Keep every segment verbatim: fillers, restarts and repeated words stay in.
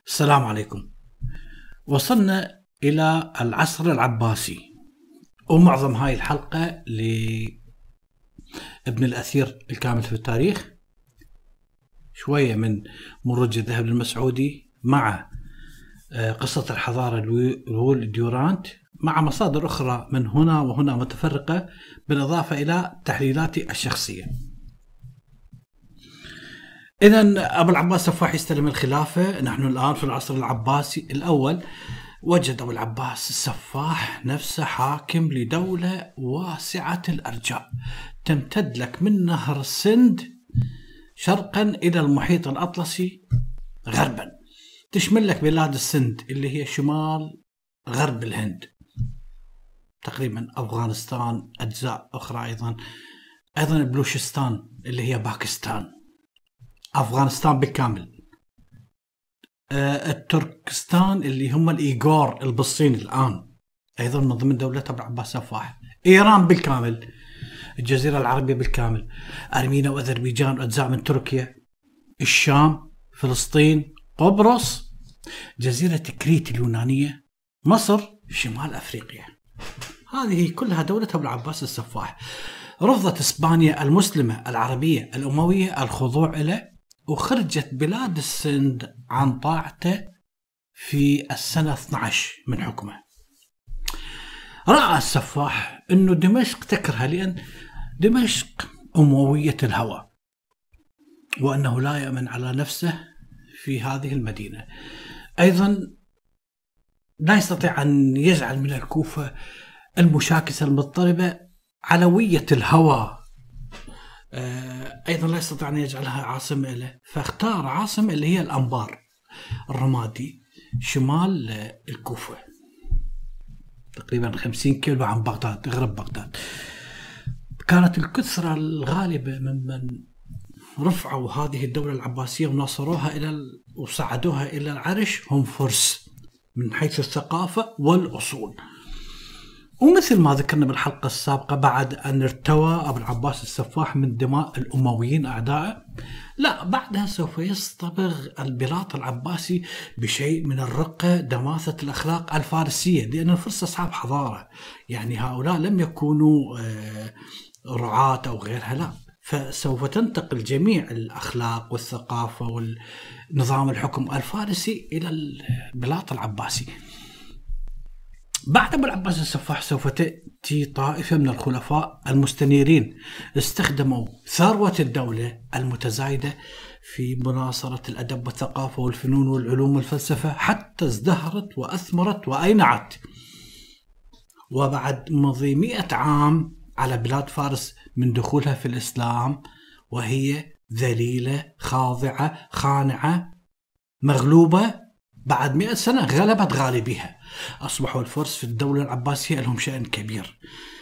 السلام عليكم. وصلنا إلى العصر العباسي، ومعظم هاي الحلقة لابن الأثير الكامل في التاريخ، شوية من مروج الذهب للمسعودي، مع قصة الحضارة لويل ديورانت، مع مصادر أخرى من هنا وهنا متفرقة، بالإضافة إلى تحليلاتي الشخصية. إذن أبو العباس السفاح يستلم الخلافة. نحن الآن في العصر العباسي الأول. وجد أبو العباس السفاح نفسه حاكم لدولة واسعة الأرجاء، تمتد لك من نهر السند شرقا إلى المحيط الأطلسي غربا، تشمل لك بلاد السند اللي هي شمال غرب الهند، تقريبا أفغانستان، أجزاء أخرى أيضا أيضا بلوشستان اللي هي باكستان، أفغانستان بالكامل، التركستان اللي هم الإيغور البصين الآن أيضا من ضمن دولة أبو العباس السفاح، إيران بالكامل، الجزيرة العربية بالكامل، أرمينيا وأذربيجان وأجزاء من تركيا، الشام، فلسطين، قبرص، جزيرة كريت اليونانية، مصر، شمال أفريقيا. هذه كلها دولة أبو العباس السفاح. رفضت إسبانيا المسلمة العربية الأموية الخضوع له، وخرجت بلاد السند عن طاعته في السنة اثني عشر من حكمه. رأى السفاح أنه دمشق تكره، لأن دمشق أموية الهوى، وأنه لا يأمن على نفسه في هذه المدينة. أيضا لا يستطيع أن يجعل من الكوفة المشاكسة المضطربة علوية الهوى، أيضا لا يستطيع أن يجعلها عاصمة له، فاختار عاصمة اللي هي الأنبار الرمادي شمال الكوفة، تقريبا خمسين كيلو عن بغداد، غرب بغداد. كانت الكثرة الغالبة ممن رفعوا هذه الدولة العباسية وناصروها إلى وصعدوها إلى العرش هم فرس من حيث الثقافة والأصول. ومثل ما ذكرنا بالحلقة السابقة، بعد أن ارتوى أبو العباس السفاح من دماء الأمويين أعدائه، لا بعدها سوف يصطبغ البلاط العباسي بشيء من الرقة، دماثة الأخلاق الفارسية، لأن الفرس أصحاب حضارة، يعني هؤلاء لم يكونوا رعاة أو غيرها، لا، فسوف تنتقل جميع الأخلاق والثقافة والنظام الحكم الفارسي إلى البلاط العباسي. بعد أبو العباس السفاح سوف تأتي طائفة من الخلفاء المستنيرين، استخدموا ثروة الدولة المتزايدة في مناصرة الأدب والثقافة والفنون والعلوم والفلسفة، حتى ازدهرت وأثمرت وأينعت. وبعد مضي مئة عام على بلاد فارس من دخولها في الإسلام، وهي ذليلة خاضعة خانعة مغلوبة، بعد مئة سنة غلبت غالبها، أصبحوا الفرس في الدولة العباسية لهم شأن كبير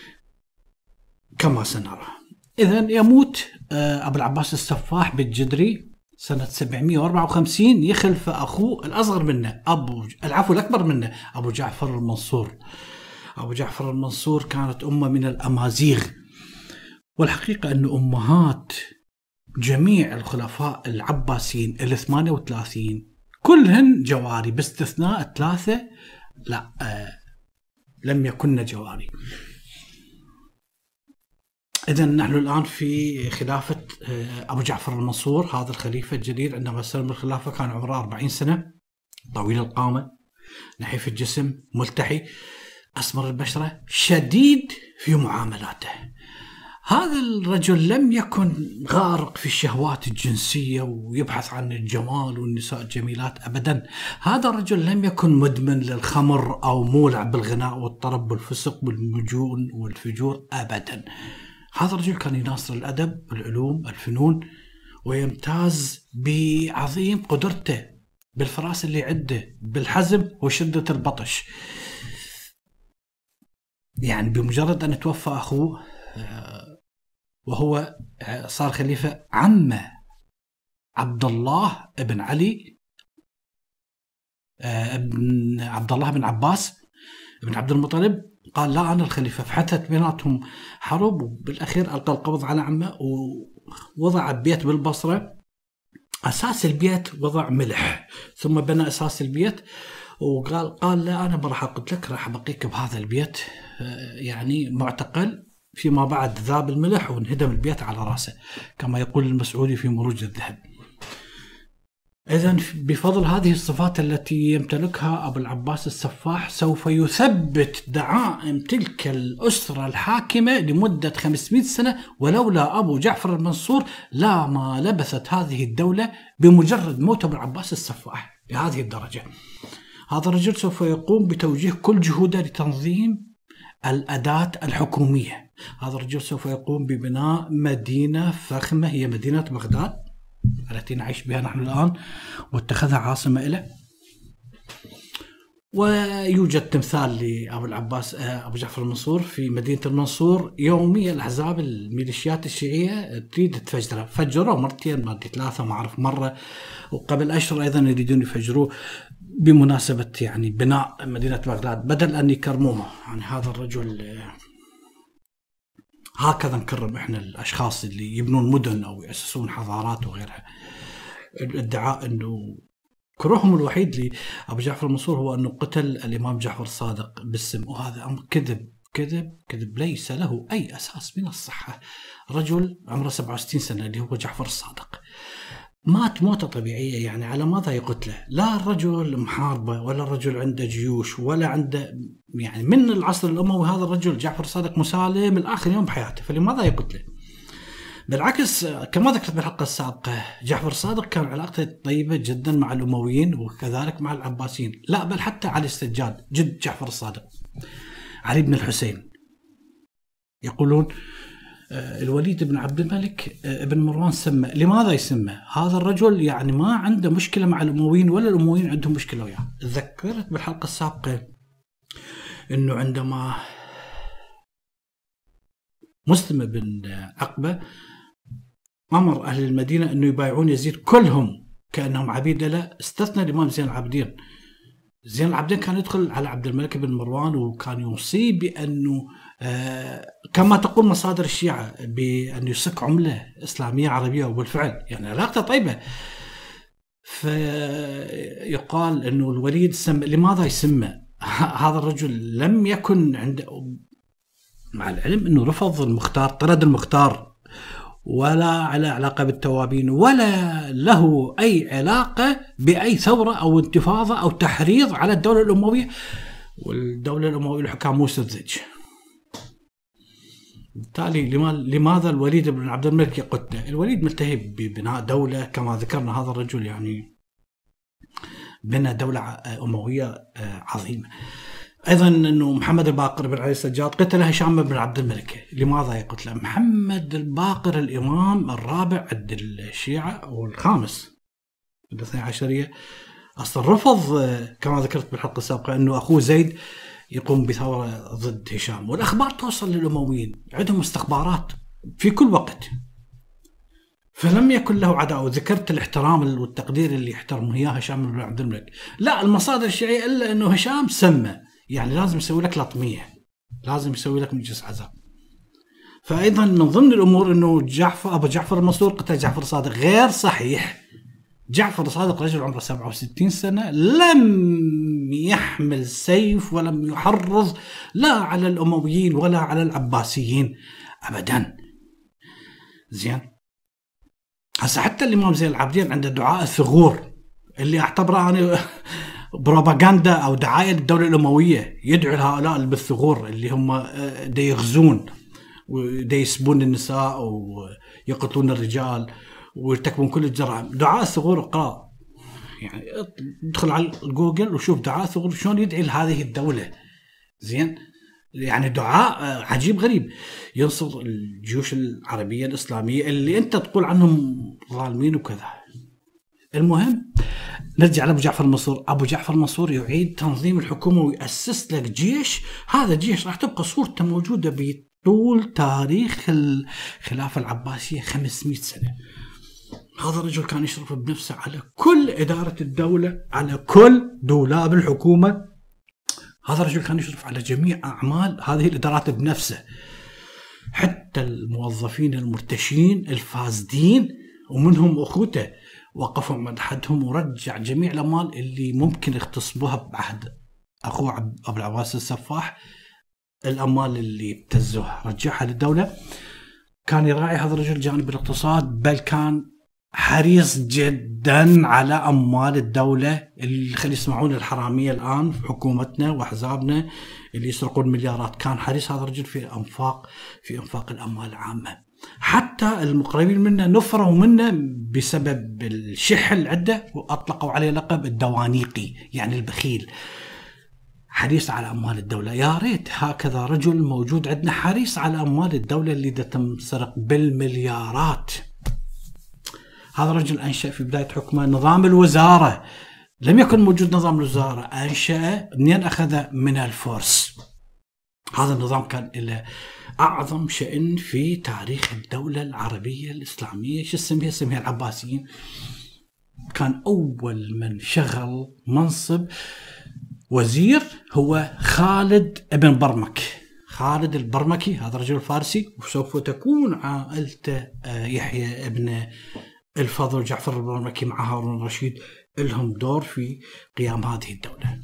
كما سنرى. إذن يموت أبو العباس السفاح بالجدري سنة سبعمئة وأربعة وخمسين، يخلف أخوه الأصغر منه أبو العفو الأكبر منه أبو جعفر المنصور. أبو جعفر المنصور كانت أمة من الأمازيغ، والحقيقة أن أمهات جميع الخلفاء العباسيين الثمانية وثلاثين كلهن جواري، باستثناء ثلاثة لا آه لم يكن جواري. إذن نحن الآن في خلافة آه أبو جعفر المنصور، هذا الخليفة الجليل. عندما استلم الخلافة كان عمره أربعين سنة، طويل القامة، نحيف الجسم، ملتحي، أسمر البشرة، شديد في معاملاته. هذا الرجل لم يكن غارق في الشهوات الجنسية ويبحث عن الجمال والنساء الجميلات أبدا. هذا الرجل لم يكن مدمن للخمر أو مولع بالغناء والطرب والفسق والمجون والفجور أبدا. هذا الرجل كان يناصر الأدب والعلوم الفنون، ويمتاز بعظيم قدرته بالفراسة اللي عنده، بالحزم وشدة البطش. يعني بمجرد أن توفى أخوه وهو صار خليفة، عمه عبد الله بن علي ابن عبد الله بن عباس بن عبد المطلب قال لا أنا الخليفة، فحدثت بيناتهم حرب، وبالأخير ألقى القبض على عمه ووضع بيت بالبصرة أساس البيت وضع ملح، ثم بنى أساس البيت وقال قال لا أنا ما راح أقتل لك، راح أبقيك بهذا البيت يعني معتقل، فيما بعد ذاب الملح وانهدم البيت على رأسه كما يقول المسعودي في مروج الذهب. إذن بفضل هذه الصفات التي يمتلكها أبو العباس السفاح سوف يثبت دعائم تلك الأسرة الحاكمة لمدة خمسمائة سنة، ولولا أبو جعفر المنصور لا ما لبثت هذه الدولة بمجرد موت أبو العباس السفاح لهذه الدرجة. هذا الرجل سوف يقوم بتوجيه كل جهوده لتنظيم الأداة الحكومية. هذا الرجل سوف يقوم ببناء مدينة فخمة هي مدينة بغداد التي نعيش بها نحن الآن، واتخذها عاصمة له. ويوجد تمثال لأبو العباس أبو جعفر المنصور في مدينة المنصور. يوميا الأحزاب الميليشيات الشيعية تريد تفجره، فجروه مرتين مرة ثلاثة ما أعرف مرة، وقبل أشهر أيضا يريدون يفجروه بمناسبة يعني بناء مدينة بغداد بدل أن يكرموه. يعني هذا الرجل هكذا نكرم إحنا الأشخاص اللي يبنون مدن أو يأسسون حضارات وغيرها. الادعاء أنه كرههم الوحيد لأبو جعفر المنصور هو أنه قتل الإمام جعفر الصادق بالسم، وهذا أمر كذب كذب كذب ليس له أي أساس من الصحة. رجل عمره سبعة وستين سنة اللي هو جعفر الصادق مات موتة طبيعية، يعني على ماذا يقتله؟ لا الرجل محاربة ولا الرجل عنده جيوش ولا عنده، يعني من العصر الأموي هذا الرجل جعفر الصادق مسالم الآخر يوم بحياته، فلماذا يقتله؟ بالعكس كما ذكرت بالحلقة السابقة جعفر الصادق كان علاقته طيبة جدا مع الأمويين وكذلك مع العباسيين، لا بل حتى علي السجاد جد جعفر الصادق علي بن الحسين يقولون الوليد بن عبد الملك بن مروان سمى. لماذا يسمى؟ هذا الرجل يعني ما عنده مشكلة مع الأمويين ولا الأمويين عندهم مشكلة وياه. ذكرت بالحلقة السابقة أنه عندما مسلم بن عقبة أمر أهل المدينة أنه يبايعون يزيد كلهم كأنهم عبيد له، استثنى الإمام زين العابدين. زين العابدين كان يدخل على عبد الملك بن مروان وكان يوصي بأنه آه كما تقول مصادر الشيعة بأن يسك عملة إسلامية عربية، وبالفعل يعني علاقته طيبة. فيقال أنه الوليد سمى. لماذا يسمى؟ هذا الرجل لم يكن عنده، مع العلم أنه رفض المختار، طرد المختار، ولا على علاقة بالتوابين ولا له أي علاقة بأي ثورة أو انتفاضة أو تحريض على الدولة الأموية، والدولة الأموية الحكام مستفزج. بالتالي لماذا الوليد بن عبد الملك يقتله؟ الوليد ملتهي ببناء دولة كما ذكرنا، هذا الرجل يعني بنى دولة أموية عظيمة. أيضا أنه محمد الباقر بن علي السجاد قتل هشام بن عبد الملك. لماذا يقتله؟ محمد الباقر الإمام الرابع عند الشيعة والخامس الاثني عشرية، أصلا رفض كما ذكرت بالحلقة السابقة أنه أخوه زيد يقوم بثورة ضد هشام، والأخبار توصل للأمويين، عندهم استخبارات في كل وقت، فلم يكن له عداوة. ذكرت الاحترام والتقدير اللي يحترمه إياه هشام بن عبد الملك، لا المصادر الشيعية إلا أنه هشام سمى، يعني لازم يسوي لك لطمية، لازم يسوي لك مجلس عزاء. فأيضا من ضمن الأمور أنه جعفر أبو جعفر المنصور قتل جعفر الصادق، غير صحيح. جعفر الصادق رجل عمره سبعة وستين سنة لم يحمل سيف ولم يحرض لا على الأمويين ولا على العباسيين أبدا. زين، هسه حتى الإمام زين العابدين عنده دعاء الثغور اللي أعتبره أنا بروباغندا أو دعاية للدولة الأموية، يدعو لهؤلاء بالثغور اللي هم دا يغزون ودا يسبون النساء ويقتلون الرجال ويرتكبون كل الجرائم. دعاء الثغور اقرأ، يعني ادخل على جوجل وشوف دعاء الثغور شلون يدعي لهذه الدولة. زين، يعني دعاء عجيب غريب، ينصر الجيوش العربية الإسلامية اللي أنت تقول عنهم ظالمين وكذا. المهم نرجع لأبو جعفر المنصور. أبو جعفر المنصور يعيد تنظيم الحكومة ويأسس لك جيش، هذا الجيش راح تبقى صورته موجودة بطول تاريخ الخلافة العباسية خمسمائة سنة. هذا الرجل كان يشرف بنفسه على كل إدارة الدولة، على كل دولاب الحكومة. هذا الرجل كان يشرف على جميع أعمال هذه الإدارات بنفسه، حتى الموظفين المرتشين الفاسدين ومنهم أخوته وقفهم عند حدهم ورجع جميع الأموال اللي ممكن يغتصبوها بعهد أخوه أبو العباس السفاح. الأموال اللي ابتزوها رجعها للدولة. كان يراعي هذا الرجل جانب الاقتصاد، بل كان حريص جدا على أموال الدولة. اللي خلي يسمعون الحرامية الآن في حكومتنا وأحزابنا اللي يسرقون مليارات، كان حريص هذا الرجل في أنفاق في أنفاق الأموال العامة. حتى المقربين منا نفروا منا بسبب الشح العدة، وأطلقوا عليه لقب الدوانيقي، يعني البخيل، حريص على أموال الدولة. يا ريت هكذا رجل موجود عندنا حريص على أموال الدولة اللي تنسرق بالمليارات. هذا الرجل أنشأ في بداية حكمه نظام الوزارة. لم يكن موجود نظام الوزارة، أنشأ منين أخذ؟ من الفرس. هذا النظام كان له أعظم شأن في تاريخ الدولة العربية الإسلامية. شو اسمها؟ اسمها العباسيين. كان أول من شغل منصب وزير هو خالد ابن برمك. خالد البرمكي هذا رجل فارسي، وسوف تكون عائلته يحيى ابن الفضل جعفر البرمكي مع هارون الرشيد لهم دور في قيام هذه الدولة.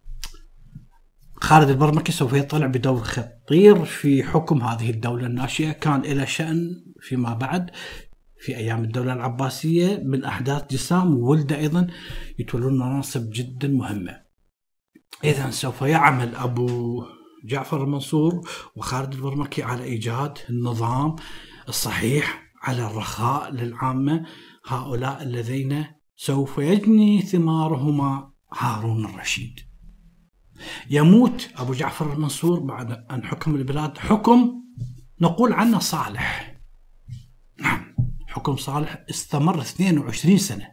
خالد البرمكي سوف يطلع بدور خطير في حكم هذه الدولة الناشئة. كان له شأن فيما بعد في أيام الدولة العباسية من أحداث جسام، وولده أيضا يتولون مناصب جدا مهمة. إذن سوف يعمل أبو جعفر المنصور وخالد البرمكي على إيجاد النظام الصحيح، على الرخاء للعامة، هؤلاء الذين سوف يجني ثمارهما هارون الرشيد. يموت أبو جعفر المنصور بعد أن حكم البلاد حكم نقول عنه صالح. نعم، حكم صالح استمر اثنين وعشرين سنة.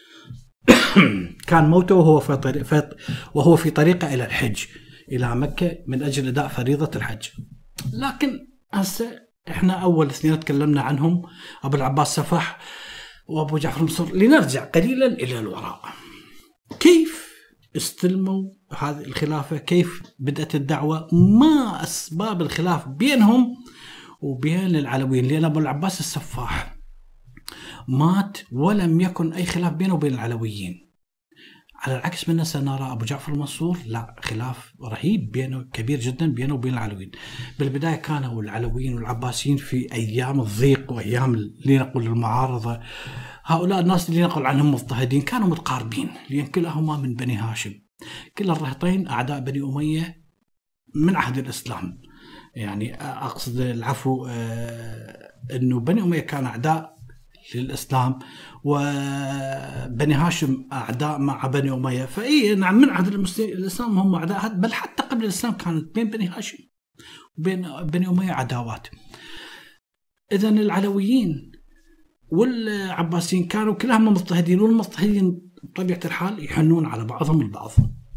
كان موته وهو في طريق وهو في طريقه إلى الحج إلى مكة من أجل أداء فريضة الحج. لكن هسه إحنا أول اثنين تكلمنا عنهم، أبو العباس سفاح وأبو جعفر المنصور. لنرجع قليلا إلى الوراء. كيف استلموا هذه الخلافة؟ كيف بدأت الدعوة؟ ما أسباب الخلاف بينهم وبين العلويين؟ لأن أبو العباس السفاح مات ولم يكن أي خلاف بينه وبين العلويين. على العكس منا سنرى أبو جعفر المنصور لا، خلاف رهيب بينه، كبير جدا بينه وبين العلويين. بالبداية كانوا العلويين والعباسيين في أيام الضيق وأيام اللي نقول المعارضة، هؤلاء الناس اللي نقول عنهم مضطهدين كانوا متقاربين، لأن كلاهما من بني هاشم. كلا الرهطين أعداء بني أمية من عهد الإسلام. يعني أقصد العفو، أنه بني أمية كان أعداء للإسلام، وبني هاشم أعداء مع بني أمية. فإيه نعم، من عهد الإسلام هم أعداء، بل حتى قبل الإسلام كانت بين بني هاشم وبين بني أمية عداوات. إذن العلويين والعباسيين كانوا كلهم مضطهدين، والمضطهدين بطبيعة الحال يحنون على بعضهم البعض.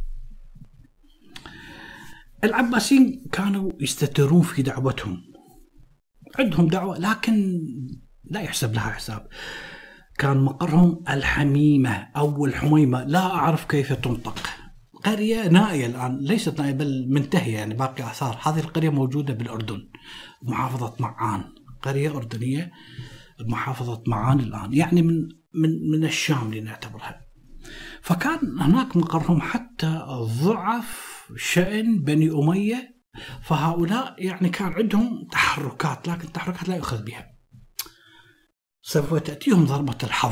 العباسيين كانوا يستترون في دعوتهم، عندهم دعوة لكن لا يحسب لها حساب. كان مقرهم الحميمة أو الحميمة، لا أعرف كيف تنطق. قرية نائية الآن، ليست نائية بل منتهية، يعني باقي آثار. هذه القرية موجودة بالأردن، محافظة معان، قرية أردنية محافظة معان الآن، يعني من من من الشام لنعتبرها. فكان هناك مقرهم حتى ضعف شأن بني أمية. فهؤلاء يعني كان عندهم تحركات، لكن تحركات لا يؤخذ بها. سوف تأتيهم ضربة الحظ.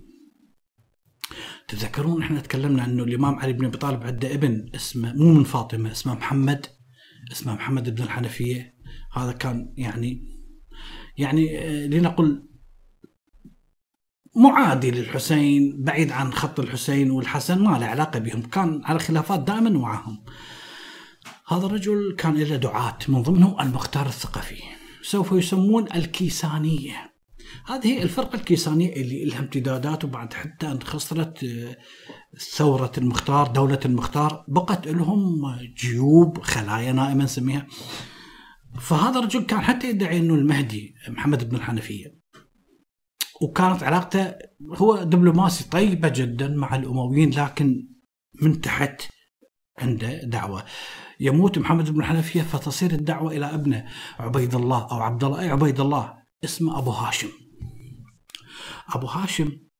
تذكرون احنا تكلمنا انه الامام علي بن ابي طالب عنده ابن اسمه مو من فاطمه، اسمه محمد، اسمه محمد بن الحنفيه. هذا كان يعني يعني لنقل معادي للحسين، بعيد عن خط الحسين والحسن، ما له علاقه بهم، كان على خلافات دائما معهم. هذا الرجل كان له دعاة، من ضمنهم المختار الثقفي، سوف يسمون الكيسانيه. هذه الفرقة الكيسانية اللي لها امتدادات، وبعد حتى أن خسرت ثورة المختار، دولة المختار، بقت لهم جيوب، خلايا نائمة نسميها. فهذا الرجل كان حتى يدعي أنه المهدي محمد بن الحنفية، وكانت علاقته هو دبلوماسي طيبة جدا مع الأمويين، لكن من تحت عنده دعوة. يموت محمد بن الحنفية فتصير الدعوة إلى ابنه عبيد الله أو عبد الله، أي عبيد الله، اسمه أبو هاشم. أبو هاشم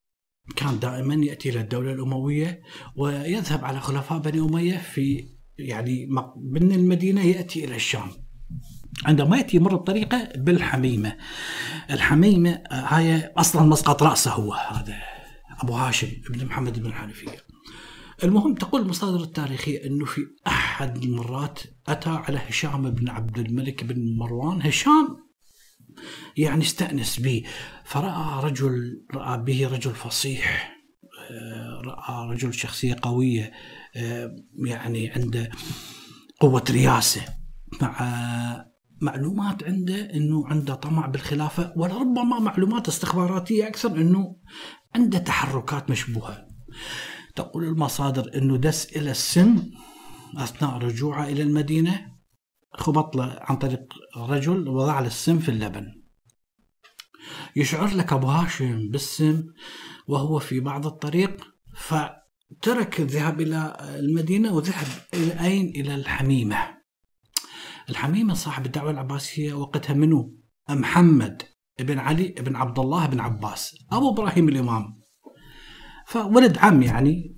كان دائما يأتي إلى الدولة الأموية ويذهب على خلفاء بني أمية في يعني من المدينة يأتي إلى الشام. عندما يأتي يمر بطريقة بالحميمة. الحميمة هاي أصلا مسقط رأسه هو هذا أبو هاشم ابن محمد بن الحنفية. المهم تقول المصادر التاريخية أنه في أحد المرات أتى على هشام بن عبد الملك بن مروان. هشام يعني استأنس به، فرأى رجل رأى به رجل فصيح، رأى رجل شخصية قوية، يعني عنده قوة رياسة، مع معلومات عنده أنه عنده طمع بالخلافة، ولربما معلومات استخباراتية أكثر أنه عنده تحركات مشبوهة. تقول المصادر أنه دس إلى السم أثناء رجوعه إلى المدينة، خبط له عن طريق رجل وضع له السم في اللبن. يشعر لك أبو هاشم بالسم وهو في بعض الطريق، فترك الذهاب إلى المدينة وذهب إلى أين؟ إلى الحميمة. الحميمة صاحب الدعوة العباسية وقتها منه محمد بن علي بن عبد الله بن عباس أبو إبراهيم الإمام، فولد عم يعني.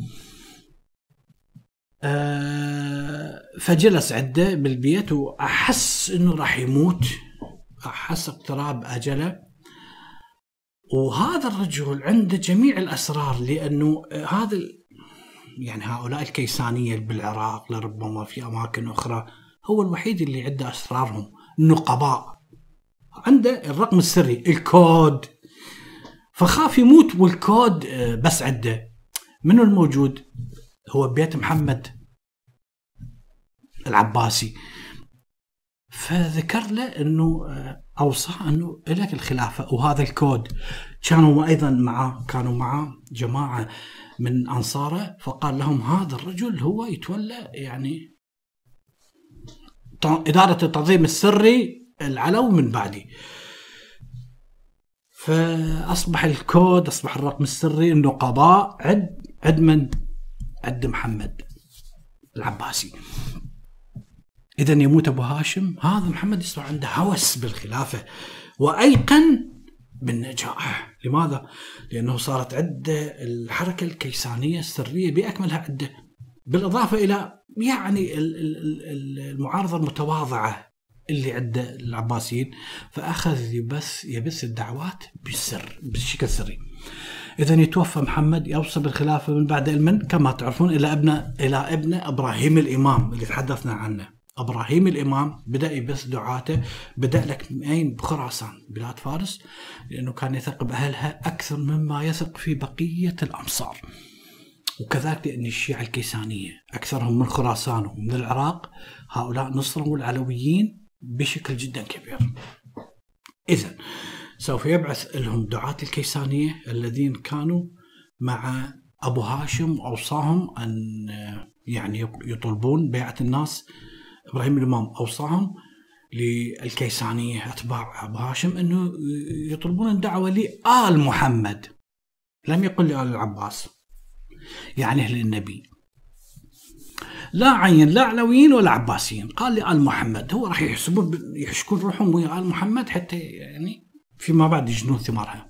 أه فجلس عده بالبيت وأحس أنه راح يموت، أحس اقتراب أجله. وهذا الرجل عنده جميع الأسرار، لأنه هذا يعني هؤلاء الكيسانية بالعراق لربما في أماكن أخرى هو الوحيد اللي عنده أسرارهم، نقباء، عنده الرقم السري الكود، فخاف يموت والكود بس عنده. منو الموجود؟ هو بيت محمد العباسي. فذكر له أنه أوصى أنه إليك الخلافة وهذا الكود. كانوا أيضا معه كانوا معه جماعة من أنصاره، فقال لهم هذا الرجل هو يتولى يعني إدارة التنظيم السري العلوي من بعدي. فأصبح الكود، أصبح الرقم السري، النقباء عد عد من عد محمد العباسي. إذن يموت أبو هاشم، هذا محمد يصبح عنده هوس بالخلافة وأيقن بالنجاح. لماذا؟ لأنه صارت عدة الحركة الكيسانية السرية بأكملها عدة، بالإضافة إلى يعني المعارضة المتواضعة اللي عدة العباسيين، فأخذ يبث يبث الدعوات بالسر بشكل سري. إذن يتوفى محمد، يوصل بالخلافة من بعد المن كما تعرفون إلى ابن إلى ابن إبراهيم الإمام اللي تحدثنا عنه. إبراهيم الإمام بدأ يبث دعاته، بدأ لك أين؟ بخراسان بلاد فارس، لأنه كان يثق بأهلها أكثر مما يثق في بقية الأمصار. وكذلك لأن الشيعة الكيسانية أكثرهم من خراسان ومن العراق، هؤلاء نصروا العلويين بشكل جدا كبير. إذن سوف يبعث لهم دعاة الكيسانية الذين كانوا مع أبو هاشم، وأوصاهم أن يعني يطلبون بيعة الناس. إبراهيم الإمام أوصاهم للكيسانية أتباع أبو هاشم أنه يطلبون الدعوة لآل محمد، لم يقل لآل العباس، يعني أهل النبي، لا عين لا علويين ولا عباسيين، قال لآل محمد. هو راح يحسبون يحشكون روحهم ويا آل محمد حتى يعني فيما بعد يجنون ثمارها.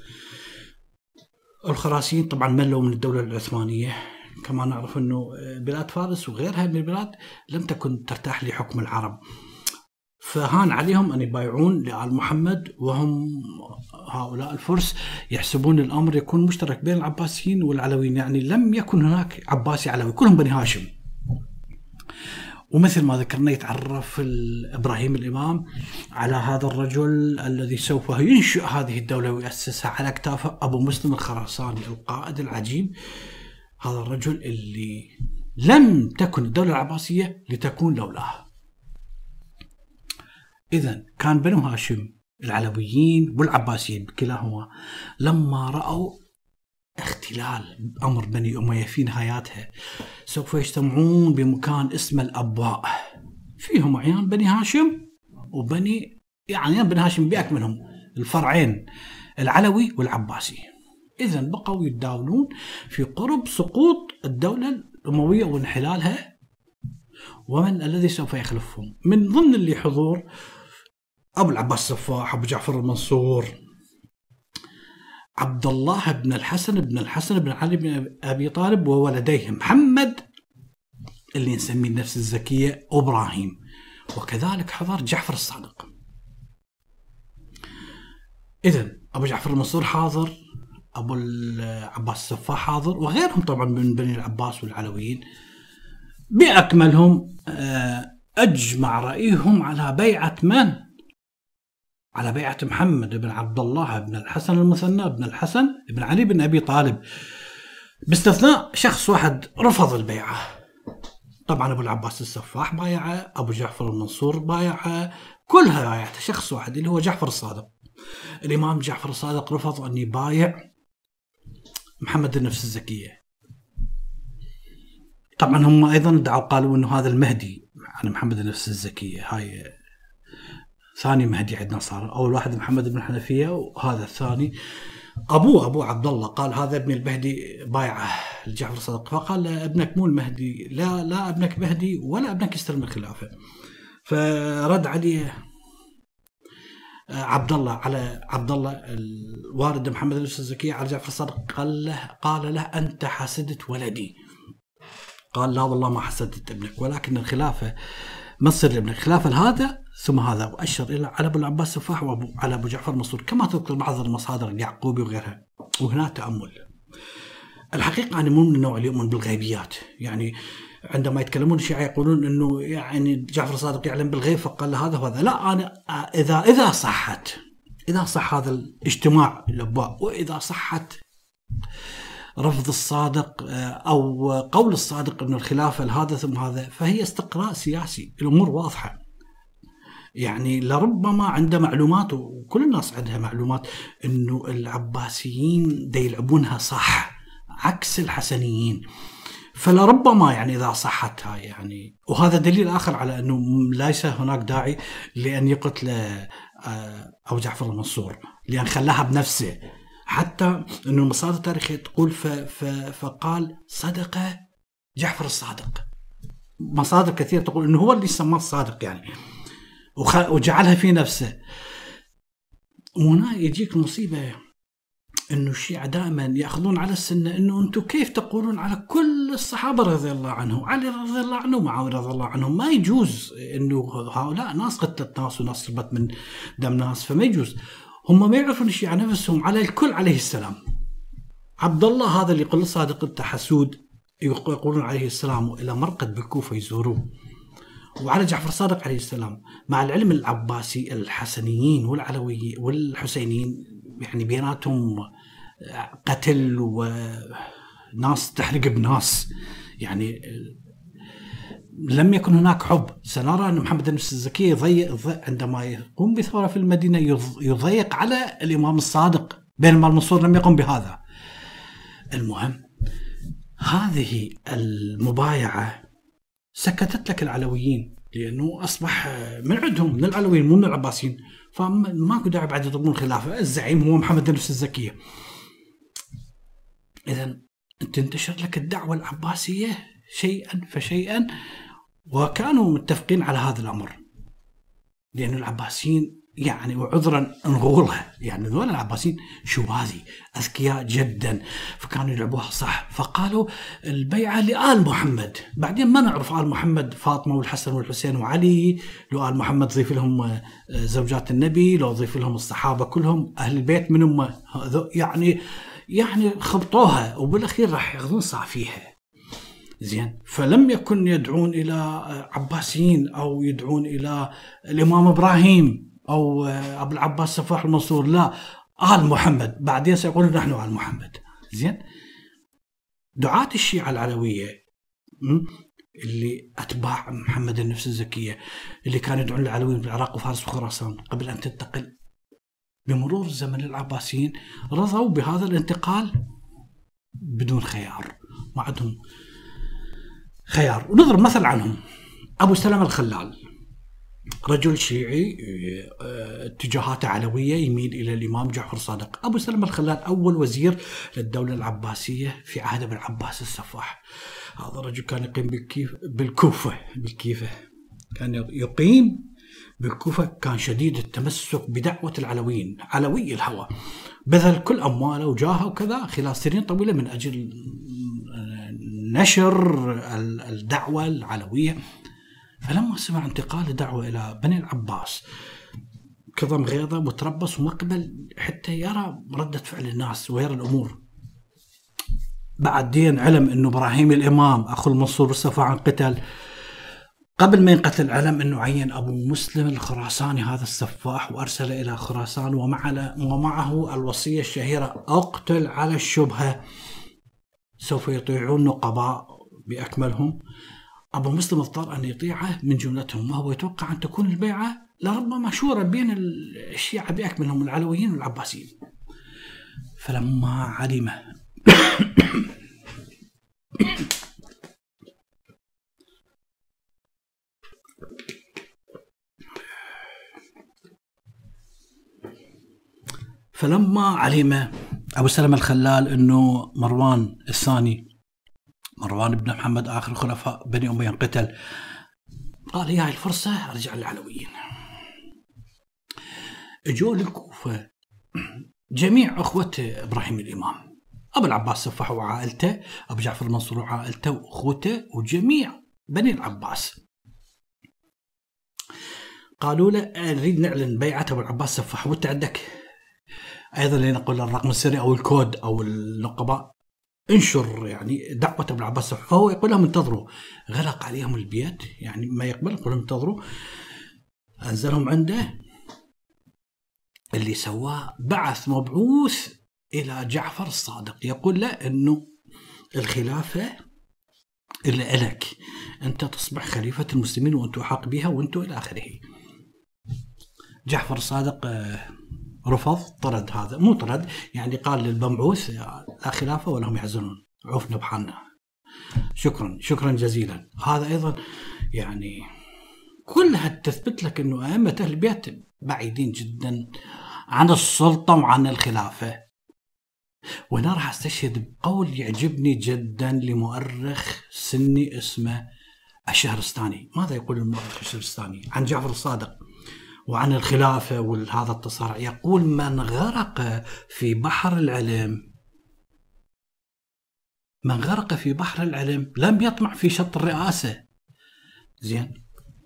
الخراسيين طبعا ملوا من الدولة العثمانية، كما نعرف أنه بلاد فارس وغيرها من البلاد لم تكن ترتاح لحكم العرب، فهان عليهم أن يبايعون لآل محمد، وهم هؤلاء الفرس يحسبون الأمر يكون مشترك بين العباسيين والعلويين، يعني لم يكن هناك عباسي علوي، كلهم بني هاشم. ومثل ما ذكرنا يتعرف إبراهيم الإمام على هذا الرجل الذي سوف ينشئ هذه الدولة ويأسسها على أكتافه، أبو مسلم الخراساني القائد العجيب. هذا الرجل اللي لم تكن الدولة العباسية لتكون لولاه. إذن كان بنو هاشم العلويين والعباسيين كلاهما لما رأوا اختلال أمر بني أمية في نهاياتها سوف يجتمعون بمكان اسمه الأبواء، فيهم عيان بني هاشم وبني يعني بني هاشم بأكملهم الفرعين العلوي والعباسي. إذن بقوا يتداولون في قرب سقوط الدولة الأموية وانحلالها، ومن الذي سوف يخلفهم. من ضمن اللي حضور أبو العباس السفاح، أبو جعفر المنصور، عبد الله بن الحسن بن الحسن بن علي بن أبي طالب وولديه محمد اللي نسميه النفس الزكية وإبراهيم، وكذلك حضر جعفر الصادق. إذن أبو جعفر المنصور حاضر، أبو العباس السفاح حاضر، وغيرهم طبعا من بني العباس والعلويين. بأكملهم أجمع رأيهم على بيعة من؟ على بيعة محمد بن عبد الله بن الحسن المثنى بن الحسن بن علي بن أبي طالب، باستثناء شخص واحد رفض البيعة. طبعا أبو العباس السفاح بايعه، أبو جعفر المنصور بايعه، كلها بايعته شخص واحد اللي هو جعفر الصادق. الإمام جعفر الصادق رفض أن يبايع محمد النفس الزكية. طبعا هم أيضا ادعوا قالوا أنه هذا المهدي عن محمد النفس الزكية، هاي ثاني مهدي عندنا صار. أول واحد محمد بن حنفية وهذا الثاني. أبوه أبو عبد الله قال هذا ابن المهدي بايعه لجعفر الصادق، فقال ابنك مو المهدي، لا لا ابنك مهدي ولا ابنك يستلم الخلافة. فرد عليه عبد الله على عبد الله الوالد محمد النفس الزكية على جعفر الصادق، قال له قال له أنت حسدت ولدي. قال لا والله ما حسدت ابنك، ولكن الخلافة ما تصير لابنك، الخلافة هذا ثم هذا. وأشر إلى على أبو العباس السفاح وعلى أبو جعفر المنصور كما تذكر بعض المصادر اليعقوبي وغيرها. وهنا تأمل. الحقيقة أنا مو من النوع اللي يؤمن بالغيبيات، يعني عندما يتكلمون الشيعة يقولون إنه يعني جعفر الصادق يعلم بالغيب فقال له هذا وهذا. لا، أنا إذا إذا صحت إذا صح هذا الاجتماع الأبواء، وإذا صحت رفض الصادق أو قول الصادق إنه الخلافة لهذا ثم هذا، فهي استقراء سياسي، الأمور واضحة. يعني لربما عنده معلومات، وكل الناس عندها معلومات، إنه العباسيين دا يلعبونها صح عكس الحسنيين. فلربما يعني إذا صحت هاي يعني، وهذا دليل آخر على أنه ليس هناك داعي لأن يقتل أبو جعفر المنصور، لأن خلاها بنفسه. حتى أنه المصادر التاريخية تقول ف ف فقال صدق جعفر الصادق. مصادر كثيرة تقول أنه هو اللي سماه الصادق يعني، وجعلها في نفسه. وهنا يجيك المصيبة أنه الشيعة دائما يأخذون على السنة أنه أنتم كيف تقولون على كل الصحابة رضي الله عنهم، علي رضي الله عنه ومعاوية رضي الله عنهم. ما يجوز أنه هؤلاء ناس قتلت ناس وناس شربت من دم ناس، فما يجوز. هم ما يعرفون الشيعة نفسهم على الكل عليه السلام. عبد الله هذا اللي يقول الصادق أنت حسود، يقولون عليه السلام، وإلى مرقد بالكوفة يزوروه. وعلى جعفر الصادق عليه السلام، مع العلم العباسي الحسنيين والعلويين والحسينيين يعني بيناتهم قتل وناس تحرق بناس، يعني لم يكن هناك حب. سنرى أن محمد النفس الزكية يضيق عندما يقوم بثورة في المدينة، يضيق على الإمام الصادق، بينما المنصور لم يقم بهذا. المهم هذه المبايعة سكتت لك العلويين، لأنه أصبح من عندهم من العلويين مو من العباسيين، فماكو داعي بعد يضربون الخلافة. الزعيم هو محمد النفس الزكية. إذن تنتشر لك الدعوة العباسية شيئا فشيئا، وكانوا متفقين على هذا الأمر، لأن العباسيين يعني وعذرا نقولها يعني ذول العباسيين شواذي أذكياء جدا، فكانوا يلعبوها صح. فقالوا البيعة لآل محمد، بعدين ما نعرف آل محمد فاطمة والحسن والحسين وعلي، لو آل محمد ضيف لهم زوجات النبي، لو ضيف لهم الصحابة كلهم أهل البيت منهم، يعني يعني خبطوها وبالأخير راح ياخذون صح فيها. زين، فلم يكن يدعون إلى عباسيين أو يدعون إلى الإمام إبراهيم أو أبو العباس السفاح المنصور، لا، آل محمد. بعدين سيقولون نحن آل محمد. زين، دعاة الشيعة العلوية اللي أتباع محمد النفس الزكية اللي كانوا يدعون العلويين بالعراق وفارس وخراسان قبل أن تنتقل، بمرور الزمن العباسيين رضوا بهذا الانتقال بدون خيار، ما عندهم خيار. ونضرب مثل عنهم أبو سلمة الخلال، رجل شيعي اتجاهاته علوية، يميل إلى الإمام جعفر الصادق. أبو سلمة الخلال أول وزير للدولة العباسية في عهد ابن العباس السفاح. هذا الرجل كان يقيم بالكوفة بالكيفة كان يقيم بالكوفة، كان شديد التمسك بدعوة العلويين، علوي الهوى. بذل كل أمواله وجاهه وكذا خلال سنين طويلة من أجل نشر الدعوة العلوية. فلما سمع انتقال الدعوة إلى بني العباس كظم غيظه وتربص وما قبل حتى يرى ردة فعل الناس ويرى الأمور. بعدين علم أنه إبراهيم الإمام أخو المنصور الصفاح عن قتل. قبل ما ينقتل علم أنه عين أبو مسلم الخراساني هذا السفاح وأرسل إلى خراسان ومعه الوصية الشهيرة أقتل على الشبهة، سوف يطيعون نقباء بأكملهم. أبو مسلم اضطر أن يطيعه من جملتهم، وهو يتوقع أن تكون البيعة لربما شورى بين الشيعة بأكملهم العلويين والعباسيين. فلما علم فلما علم أبو سلمة الخلال أنه مروان الثاني مروان بن محمد آخر خلفاء بني أمية انقتل، قال هي الفرصة أرجع للعلويين. اجوا للكوفة جميع أخوة إبراهيم الإمام، أبو العباس السفاح وعائلته، أبو جعفر المنصور وعائلته وأخوته وجميع بني العباس. قالوا له نريد نعلن بيعة أبو العباس السفاح، وأنت عندك أيضا لنقول الرقم السري أو الكود أو النقباء، انشر يعني دعوة أبو العباس السفاح. فهو يقول لهم انتظروا، غلق عليهم البيت يعني ما يقبل، يقول انتظروا. أنزلهم عنده، اللي سواه بعث مبعوث إلى جعفر الصادق يقول له إنه الخلافة إلا إلك، أنت تصبح خليفة المسلمين وأنت حق بها وأنت إلى آخره. جعفر الصادق رفض، طرد، هذا مو طرد يعني قال للمبعوث لا خلافة ولا هم يحزنون، عوفنا بحالنا، شكرا شكرا جزيلا. هذا أيضا يعني كلها تثبت لك أنه أئمة أهل البيت بعيدين جدا عن السلطة وعن الخلافة. وأنا راح أستشهد بقول يعجبني جدا لمؤرخ سني اسمه الشهرستاني. ماذا يقول المؤرخ الشهرستاني عن جعفر الصادق وعن الخلافة وهذا التصارع؟ يقول من غرق في بحر العلم من غرق في بحر العلم لم يطمع في شط الرئاسة. زين،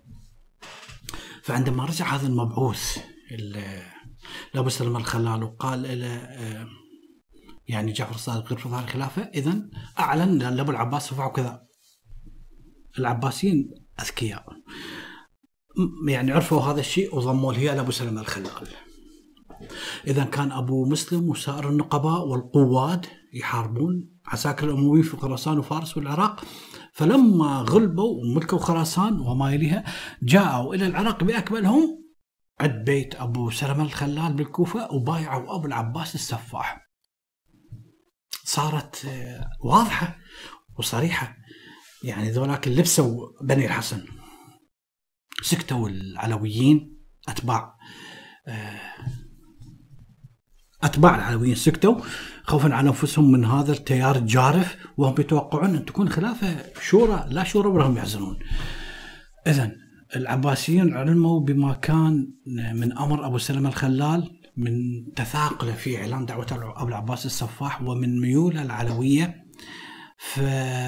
فعندما رجع هذا المبعوث لأبو سلمة الخلال وقال له يعني جعفر الصادق يرفض هذه الخلافة، إذن أعلن لأبو العباس رفعوا كذا. العباسيين أذكياء يعني عرفوا هذا الشيء وضموا له لأبو سلمة الخلال. إذن كان أبو مسلم وسائر النقباء والقواد يحاربون عساكر الأمويين في خراسان وفارس والعراق. فلما غلبوا وملكوا خراسان وما يليها جاءوا إلى العراق بأكملهم عند بيت أبو سلمة الخلال بالكوفة وبايعوا أبو العباس السفاح. صارت واضحة وصريحة يعني ذولاك اللي لبسوا بني الحسن. سكتوا العلويين، أتباع أتباع العلويين سكتوا خوفا على أنفسهم من هذا التيار الجارف، وهم يتوقعون أن تكون خلافة شورى لا شورى ولا هم يحزنون. إذن العباسيين علموا بما كان من أمر أبو سلمة الخلال من تثاقله في إعلان دعوة أبو العباس السفاح ومن ميوله العلوية. ف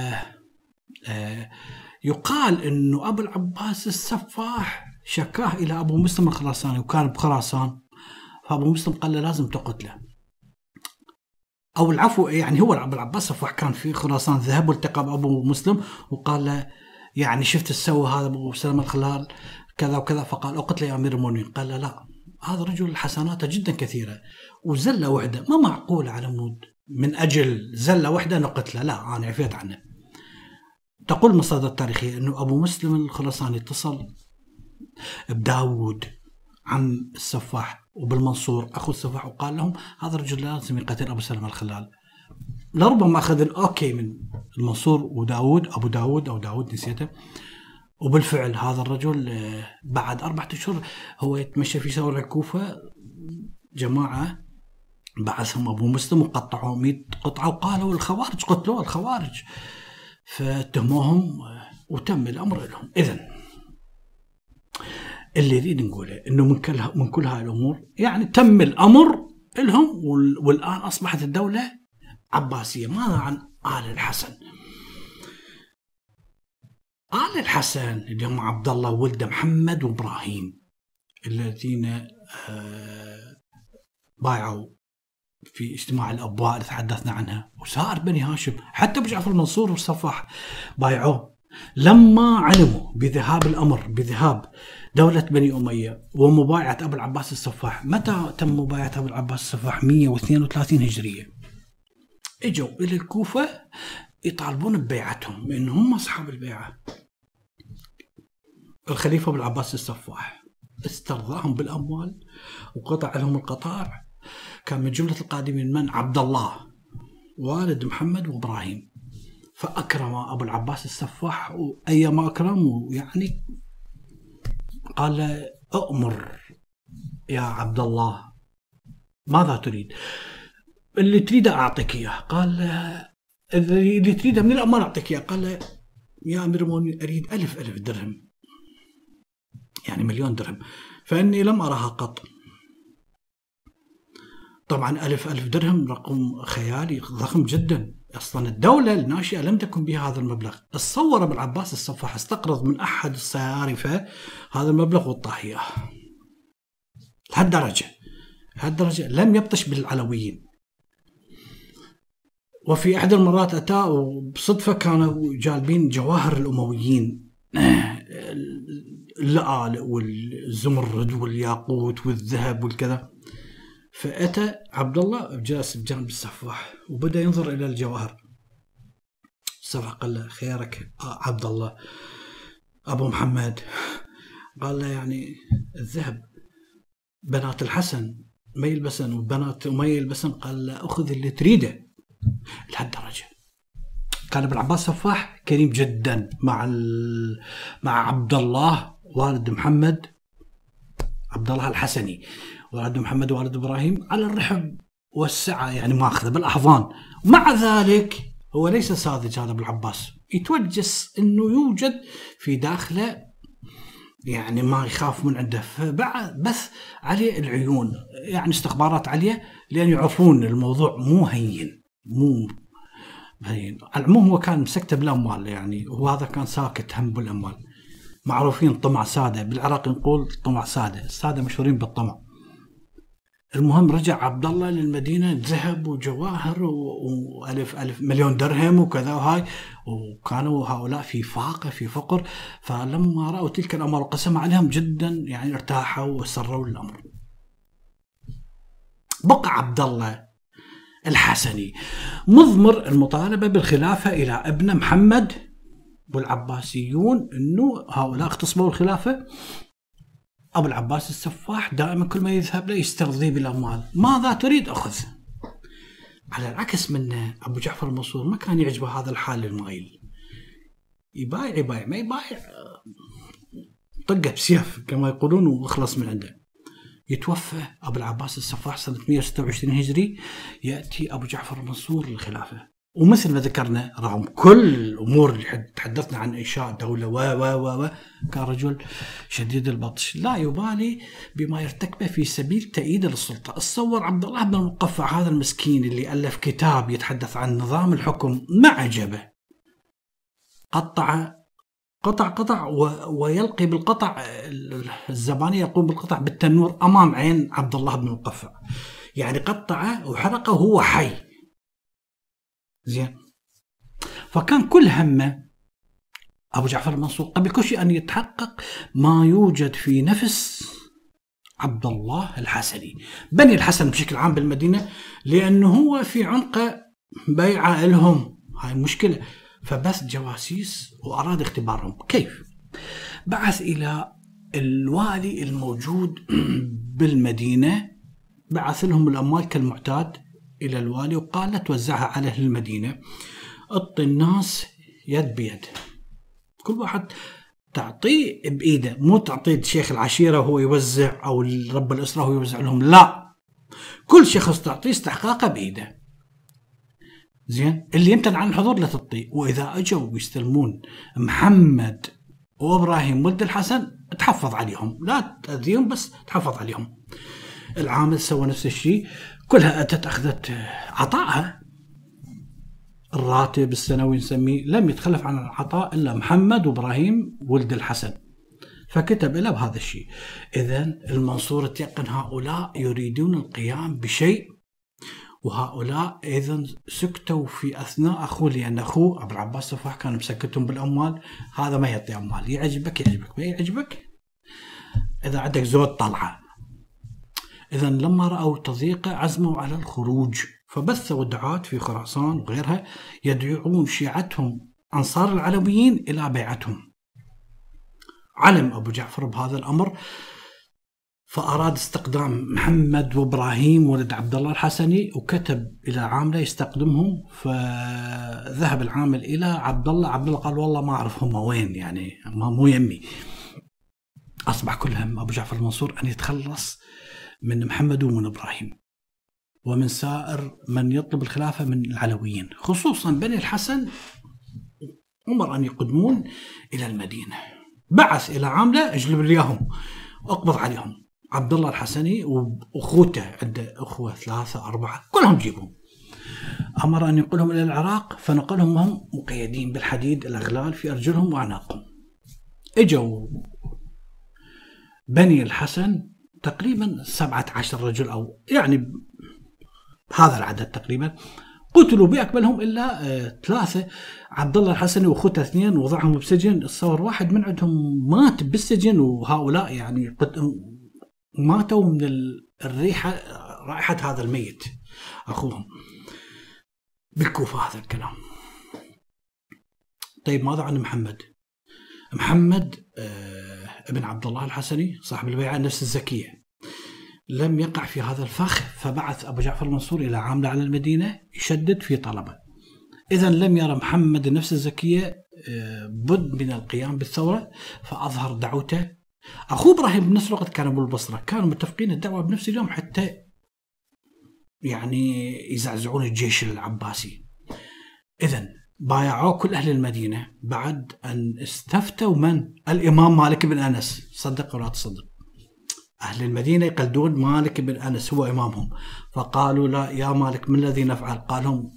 يقال أنه أبو العباس السفاح شكاه إلى أبو مسلم الخراساني وكان بخراسان، فأبو مسلم قال له لازم تقتله، أو العفو يعني هو أبو العباس السفاح كان في خراسان، ذهب والتقى بأبو مسلم وقال له يعني شفت السوى هذا أبو سلمة الخلال كذا وكذا، فقال أقتل يا أمير المؤمنين. قال له لا، هذا رجل حسناته جدا كثيرة وزلة واحدة ما معقول على مود من أجل زلة واحدة نقتله، لا أنا عفيت عنه. تقول المصادر التاريخية أنه أبو مسلم الخراساني اتصل بداود عم السفاح وبالمنصور أخو السفاح وقال لهم هذا الرجل لازم يقتل أبو سلمة الخلال. لربما أخذ الأوكي من المنصور وداود أبو داود أو داود نسيته، وبالفعل هذا الرجل بعد أربعة أشهر هو يتمشى في شوارع الكوفة، جماعة بعثهم أبو مسلم وقطعوا مئة قطعة وقالوا الخوارج قتلوا الخوارج، فتهموهم وتم الأمر لهم. إذن اللي نريد نقوله إنه من كل من كل هاي الأمور يعني تم الأمر لهم، والآن أصبحت الدولة عباسية. ماذا عن آل الحسن؟ آل الحسن اللي هم عبد الله ولد محمد وإبراهيم الذين بايعوا في اجتماع الأبواء اللي تحدثنا عنها، وسائر بني هاشم حتى أبو جعفر المنصور والصفاح بايعوه. لما علموا بذهاب الأمر بذهاب دولة بني أمية ومبايعة أبو العباس الصفاح، متى تم مبايعة أبو العباس الصفاح؟ مئة واثنين وثلاثين هجرية. اجوا إلى الكوفة يطالبون ببيعتهم، إن هم أصحاب البيعة. الخليفة أبو العباس الصفاح استرضاهم بالأموال وقطع لهم القطاع. كان من جملة القادمين من عبد الله والد محمد وإبراهيم، فأكرم أبو العباس الصفاح أيما أكرم، يعني قال أؤمر يا عبد الله ماذا تريد؟ اللي تريده أعطيك إياه. قال اللي تريده من الأموال أعطيك إياه. قال يا أمير المؤمنين أريد ألف ألف درهم، يعني مليون درهم، فإني لم أرها قط. طبعا ألف ألف درهم رقم خيالي ضخم جدا، أصلا الدولة الناشئة لم تكن بها هذا المبلغ. تصور أبو العباس الصفاح استقرض من أحد الصيارفة هذا المبلغ والطاهية. لهالدرجة لهالدرجة لم يبطش بالعلويين. وفي أحد المرات أتى وبصدفة كانوا جالبين جواهر الأمويين، اللآلئ والزمرد والياقوت والذهب والكذا. فأتى عبد الله جالس بجانب الصفاح وبدأ ينظر إلى الجواهر. الصفاح قال له خيرك عبد الله أبو محمد؟ قال له يعني الذهب بنات الحسن ما يلبسن وبنات ما يلبسن. قال له أخذ اللي تريده. لهالدرجة كان ابن عباس الصفاح كريم جدا مع مع عبد الله والد محمد، عبد الله الحسني والد محمد والد إبراهيم، على الرحب والسعة، يعني ماخذه بالأحضان. مع ذلك هو ليس ساذج هذا ابن العباس، يتوجس أنه يوجد في داخله يعني ما يخاف من عنده، فبعد بث عليه العيون، يعني استخبارات عليه، لأن يعرفون الموضوع مو هين مو هين. على العموم هو كان مسكته بالأموال، يعني وهذا كان ساكت هم بالأموال. معروفين طمع سادة، بالعراق نقول طمع سادة، السادة مشهورين بالطمع. المهم رجع عبد الله للمدينة، ذهب وجواهر وألف ألف مليون درهم وكذا وهاي، وكانوا هؤلاء في فاقة في فقر. فلما رأوا تلك الأمر وقسم عليهم جدا، يعني ارتاحوا وسروا الأمر. بقى عبد الله الحسني مضمر المطالبة بالخلافة إلى ابن محمد، والعباسيون أنه هؤلاء اغتصبوا الخلافة. أبو العباس الصفاح دائما كل ما يذهب له يسترضيه بالأموال. ماذا تريد أخذ؟ على العكس منه أبو جعفر المنصور ما كان يعجبه هذا الحال المغيل، يبايع يبايع ما يبايع طقه بسيف كما يقولون ويخلص من عنده. يتوفى أبو العباس الصفاح سنة مئة وستة وعشرين هجري، يأتي أبو جعفر المنصور للخلافة. ومثل ما ذكرنا رغم كل الأمور اللي تحدثنا عن إنشاء دولة و و و كان رجل شديد البطش، لا يبالي بما يرتكبه في سبيل تأييد للسلطة. تصور عبد الله بن المقفع هذا المسكين اللي ألف كتاب يتحدث عن نظام الحكم، ما عجبه، قطع قطع قطع ويلقي بالقطع الزبانية، يقوم بالقطع بالتنور أمام عين عبد الله بن المقفع، يعني قطعه وحرقه وهو حي. زين. فكان كل همه أبو جعفر المنصور قبل كل شيء أن يتحقق ما يوجد في نفس عبد الله الحسني، بني الحسن بشكل عام بالمدينة، لأنه هو في عنق بيعة لهم، هاي المشكلة. فبث جواسيس وأراد اختبارهم. كيف؟ بعث إلى الوالي الموجود بالمدينة، بعث لهم الأموال كالمعتاد إلى الوالي، وقال له توزعها على أهل المدينة، اعطي الناس يد بيد، كل واحد تعطيه بإيده، مو تعطيه شيخ العشيرة وهو يوزع أو رب الأسرة وهو يوزع لهم، لا، كل شخص تعطيه استحقاقه بإيده. زين. اللي يمتنع عن الحضور لا تعطيه. وإذا أجوا يستلمون محمد وإبراهيم ولد الحسن تحفظ عليهم، لا تأذيهم بس تحفظ عليهم. العامل سوى نفس الشيء، كلها أتت أخذت عطائها. الراتب السنوي نسميه لم يتخلف عن العطاء إلا محمد وإبراهيم ولد الحسن، فكتب له بهذا الشيء. إذن المنصور تيقن هؤلاء يريدون القيام بشيء، وهؤلاء إذن سكتوا في أثناء أخوه، لأن أخوه أبو العباس تفاح كان مسكتهم بالأموال. هذا ما يعطي أموال، يعجبك يعجبك ما يعجبك إذا عندك زود طلعة. إذن لما رأوا تضييقه عزموا على الخروج، فبثوا الدعاة في خراسان وغيرها يدعون شيعتهم أنصار العلويين إلى بيعتهم. علم أبو جعفر بهذا الأمر، فأراد استقدام محمد وإبراهيم ولد عبد الله الحسني، وكتب إلى عامله يستقدمهم. فذهب العامل إلى عبد الله، عبد الله قال والله ما أعرف هم وين، يعني ما مو يمي. أصبح كل هم أبو جعفر المنصور أن يتخلص من محمد ومن إبراهيم ومن سائر من يطلب الخلافة من العلويين، خصوصا بني الحسن. أمر أن يقدمون إلى المدينة، بعث إلى عامله اجلب ليهم واقبض عليهم. عبد الله الحسني وأخوته، عنده أخوة ثلاثة أربعة كلهم جيبهم. أمر أن ينقلهم إلى العراق، فنقلهم وهم مقيدين بالحديد الأغلال في أرجلهم وأعناقهم. إجوا بني الحسن تقريبا سبعة عشر رجل، أو يعني هذا العدد تقريبا، قتلوا بأكملهم إلا آه ثلاثة، عبد الله الحسني وأخوته اثنين، وضعهم بسجن. الصور واحد من عندهم مات بالسجن، وهؤلاء يعني ماتوا من الريحة، رائحة هذا الميت أخوهم بالكوفة. هذا الكلام. طيب ماذا عن محمد؟ محمد آه ابن عبد الله الحسني صاحب البيعة النفس الزكية لم يقع في هذا الفخ، فبعث أبو جعفر المنصور إلى عامله على المدينة يشدد في طلبه. إذن لم يرى محمد النفس الزكية بد من القيام بالثورة، فأظهر دعوته. أخوه إبراهيم بنفس الوقت كان بالبصرة، كانوا متفقين الدعوة بنفس اليوم حتى يعني يزعزعون الجيش العباسي. إذن بايعوا كل أهل المدينة بعد أن استفتوا من؟ الإمام مالك بن أنس. صدق ولا تصدق، أهل المدينة يقلدون مالك بن أنس هو إمامهم. فقالوا لا يا مالك ما الذي نفعل؟ قال لهم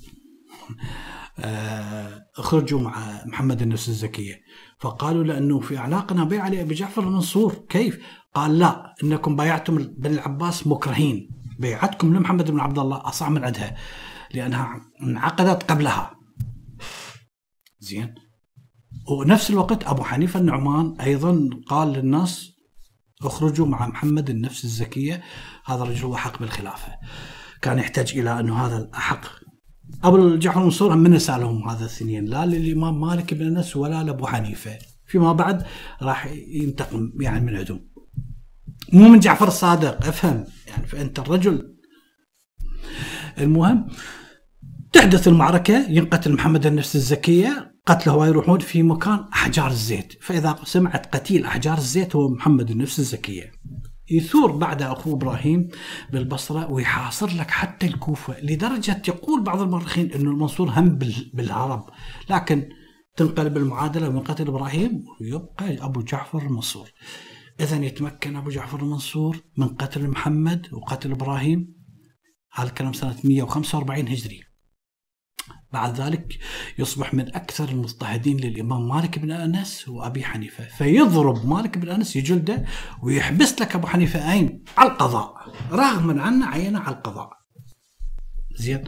اخرجوا مع محمد النفس الزكية. فقالوا لأنه في أعناقنا بيعة لأبي جعفر المنصور. كيف؟ قال لا، إنكم بايعتم بن العباس مكرهين، بيعتكم لمحمد بن عبد الله أصح من عندها لأنها انعقدت قبلها. زين. ونفس الوقت أبو حنيفة النعمان أيضا قال للناس اخرجوا مع محمد النفس الزكية، هذا الرجل هو حق بالخلافة. كان يحتاج إلى أنه هذا الأحق. أبو جعفر المنصور من سألهم هذا الاثنين، لا للإمام مالك بن أنس ولا لأبو حنيفة، فيما بعد راح ينتقم يعني من عندهم، مو من جعفر الصادق. أفهم يعني، فأنت الرجل. المهم تحدث المعركة، ينقتل محمد النفس الزكية، قتله ويروحون في مكان أحجار الزيت. فإذا سمعت قتيل أحجار الزيت هو محمد النفس الزكية. يثور بعد أخوه إبراهيم بالبصرة ويحاصر لك حتى الكوفة، لدرجة يقول بعض المؤرخين أنه المنصور هم بالهرب، لكن تنقلب المعادلة من قتل إبراهيم ويبقى أبو جعفر المنصور. إذن يتمكن أبو جعفر المنصور من قتل محمد وقتل إبراهيم. هذا الكلام سنة مئة وخمسة وأربعين هجري. بعد ذلك يصبح من أكثر المضطهدين للإمام مالك بن أنس وأبي حنيفة، فيضرب مالك بن أنس يجلده ويحبس لك أبو حنيفة أين؟ على القضاء، رغما عنه عينه على القضاء. زين.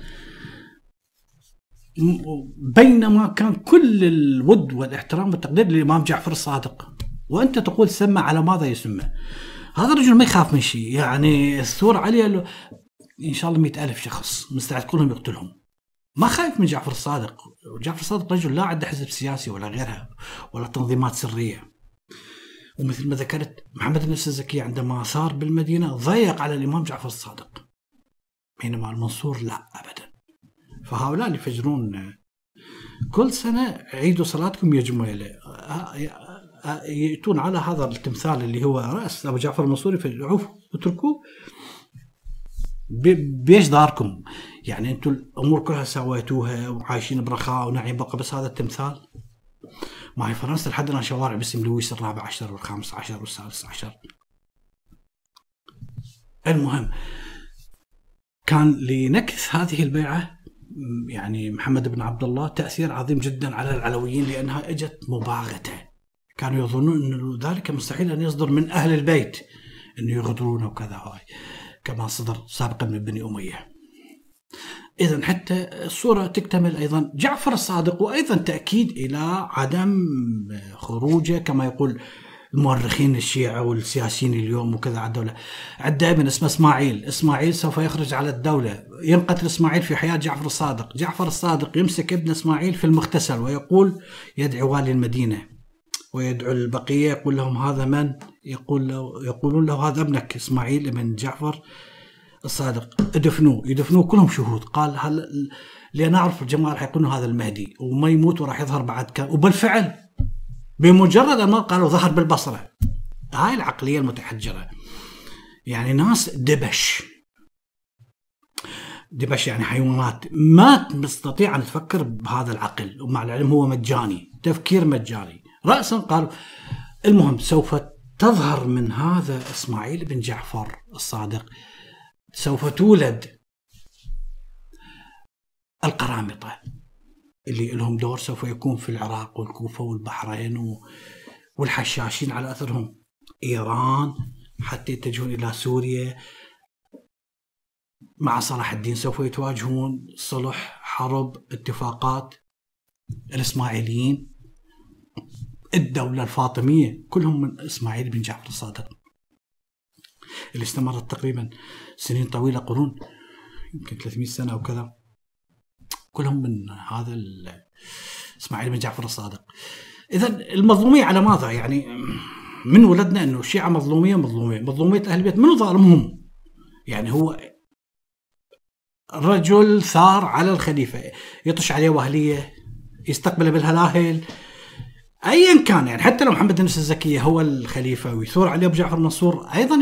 بينما كان كل الود والاحترام والتقدير للإمام جعفر الصادق، وأنت تقول سمى على ماذا يسمى؟ هذا الرجل ما يخاف من شيء، يعني الثور عليه له إن شاء الله مئة ألف شخص مستعد كلهم يقتلهم، ما خايف من جعفر الصادق. جعفر الصادق رجل لا عنده حزب سياسي ولا غيرها ولا تنظيمات سرية. ومثل ما ذكرت محمد النفس الزكية عندما ثار بالمدينة ضيق على الإمام جعفر الصادق، بينما المنصور لا أبدا. فهؤلاء اللي يفجرون كل سنة عيدوا صلاتكم يا جميلة، يأتون على هذا التمثال اللي هو رأس أبو جعفر المنصوري في العوف وتركوه بيش داركم، يعني انتم الامور كلها سويتوها وعايشين برخاء ونعيم، بقى بس هذا التمثال. ما هي فرنسا لحد الان شوارع باسم لويس الرابع عشر والخامس عشر والسادس عشر. المهم كان لنكث هذه البيعة يعني محمد بن عبد الله تأثير عظيم جدا على العلويين، لأنها اجت مباغتة. كانوا يظنون أن ذلك مستحيل أن يصدر من أهل البيت، أنه يغدرون وكذا، هاي كما صدر سابقا من بني أمية. إذن حتى الصورة تكتمل أيضا جعفر الصادق، وأيضا تأكيد إلى عدم خروجه كما يقول المؤرخين الشيعة والسياسيين اليوم وكذا على الدولة. عندنا ابن اسمه إسماعيل، إسماعيل سوف يخرج على الدولة، ينقتل إسماعيل في حياة جعفر الصادق. جعفر الصادق يمسك ابن إسماعيل في المغتسل ويقول، يدعو والي المدينة ويدعو البقية، يقول لهم هذا من؟ يقول له يقولون له هذا ابنك إسماعيل ابن جعفر الصادق، ادفنوه. يدفنوه كلهم شهود. قال هل لأن أعرف الجماعة حيقولون هذا المهدي وما يموت وراح يظهر بعد كم. وبالفعل بمجرد ما قالوا ظهر بالبصرة. هاي العقلية المتحجرة، يعني ناس دبش دبش يعني حيوانات ما تستطيع أن تفكر بهذا العقل، ومع العلم هو مجاني، تفكير مجاني رأسا. قالوا المهم سوف تظهر من هذا إسماعيل بن جعفر الصادق، سوف تولد القرامطة اللي لهم دور سوف يكون في العراق والكوفة والبحرين، والحشاشين على أثرهم إيران، حتى يتجهون إلى سوريا مع صلاح الدين. سوف يتواجهون صلح، حرب، اتفاقات. الإسماعيليين، الدولة الفاطمية، كلهم من إسماعيل بن جعفر الصادق اللي استمرت تقريبا سنين طويلة، قرون، يمكن ثلاثمئة سنة وكذا، كلهم من هذا إسماعيل بن جعفر الصادق. إذن المظلومية على ماذا؟ يعني من ولدنا أنه الشيعة مظلومية مظلومية مظلومية أهل البيت. منو ظالمهم؟ يعني هو رجل ثار على الخليفة، يطش عليه وهلية، يستقبله بالهلاهل، أيا كان. يعني حتى لو محمد بن الزكية هو الخليفة ويثور عليه أبو جعفر المنصور، أيضا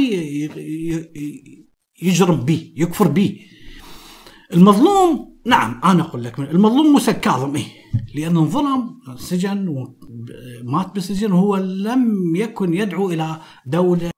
يجرم به، يكفر به. المظلوم، نعم أنا أقول لك المظلوم موسى الكاظم، إيه، لأنه انظلم، سجن ومات بالسجن، وهو لم يكن يدعو إلى دولة